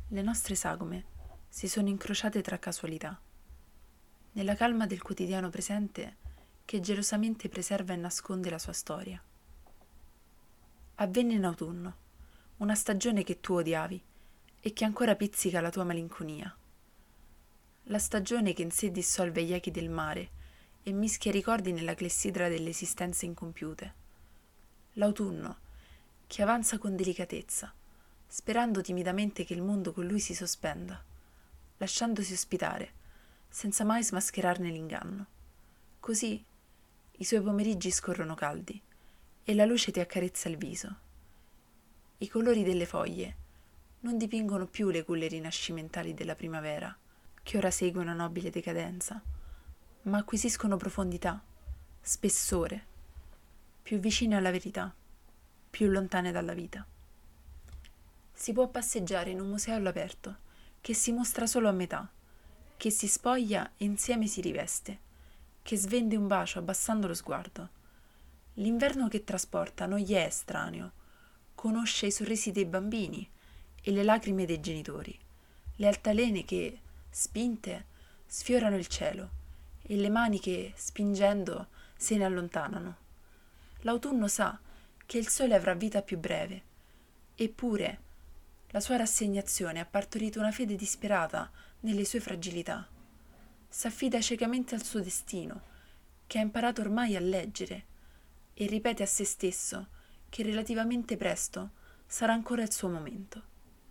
Le nostre sagome si sono incrociate tra casualità, nella calma del quotidiano presente che gelosamente preserva e nasconde la sua storia. Avvenne in autunno, una stagione che tu odiavi e che ancora pizzica la tua malinconia. La stagione che in sé dissolve gli echi del mare e mischia i ricordi nella clessidra delle esistenze incompiute. L'autunno che avanza con delicatezza, sperando timidamente che il mondo con lui si sospenda, lasciandosi ospitare, senza mai smascherarne l'inganno. Così i suoi pomeriggi scorrono caldi e la luce ti accarezza il viso. I colori delle foglie non dipingono più le culle rinascimentali della primavera, che ora segue una nobile decadenza, ma acquisiscono profondità, spessore, più vicine alla verità, più lontane dalla vita. Si può passeggiare in un museo all'aperto, che si mostra solo a metà, che si spoglia e insieme si riveste, che svende un bacio abbassando lo sguardo. L'inverno che trasporta non gli è estraneo, conosce i sorrisi dei bambini e le lacrime dei genitori, le altalene che, spinte, sfiorano il cielo e le mani che, spingendo, se ne allontanano. L'autunno sa che il sole avrà vita più breve, eppure la sua rassegnazione ha partorito una fede disperata nelle sue fragilità. S'affida ciecamente al suo destino, che ha imparato ormai a leggere, e ripete a se stesso che relativamente presto sarà ancora il suo momento.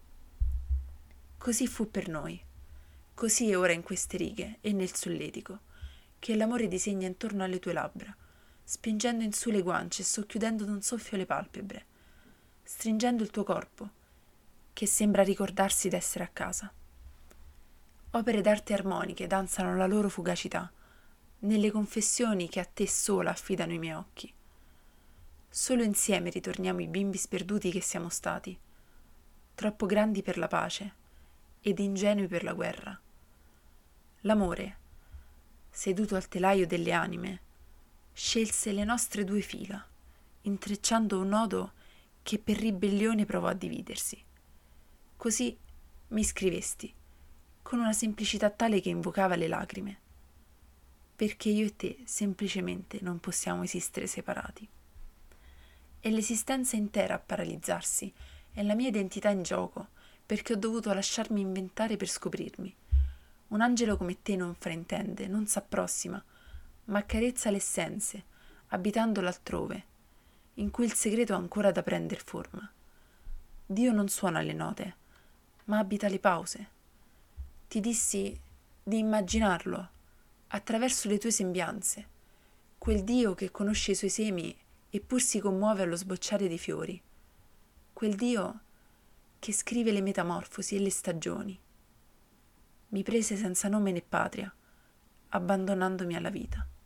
Così fu per noi, così è ora in queste righe e nel solletico, che l'amore disegna intorno alle tue labbra, spingendo in su le guance e socchiudendo d'un soffio le palpebre, stringendo il tuo corpo, che sembra ricordarsi d'essere a casa. Opere d'arte armoniche danzano la loro fugacità, nelle confessioni che a te sola affidano i miei occhi. Solo insieme ritorniamo i bimbi sperduti che siamo stati, troppo grandi per la pace ed ingenui per la guerra. L'amore, seduto al telaio delle anime, scelse le nostre due fila, intrecciando un nodo che per ribellione provò a dividersi. Così mi scrivesti, con una semplicità tale che invocava le lacrime, perché io e te semplicemente non possiamo esistere separati. È l'esistenza intera a paralizzarsi, è la mia identità in gioco, perché ho dovuto lasciarmi inventare per scoprirmi. Un angelo come te non fraintende, non s'approssima, ma accarezza le essenze, abitandolo altrove, in cui il segreto ha ancora da prender forma. Dio non suona le note, ma abita le pause. Ti dissi di immaginarlo attraverso le tue sembianze, quel Dio che conosce i suoi semi eppur si commuove allo sbocciare dei fiori, quel Dio che scrive le metamorfosi e le stagioni. Mi prese senza nome né patria, abbandonandomi alla vita.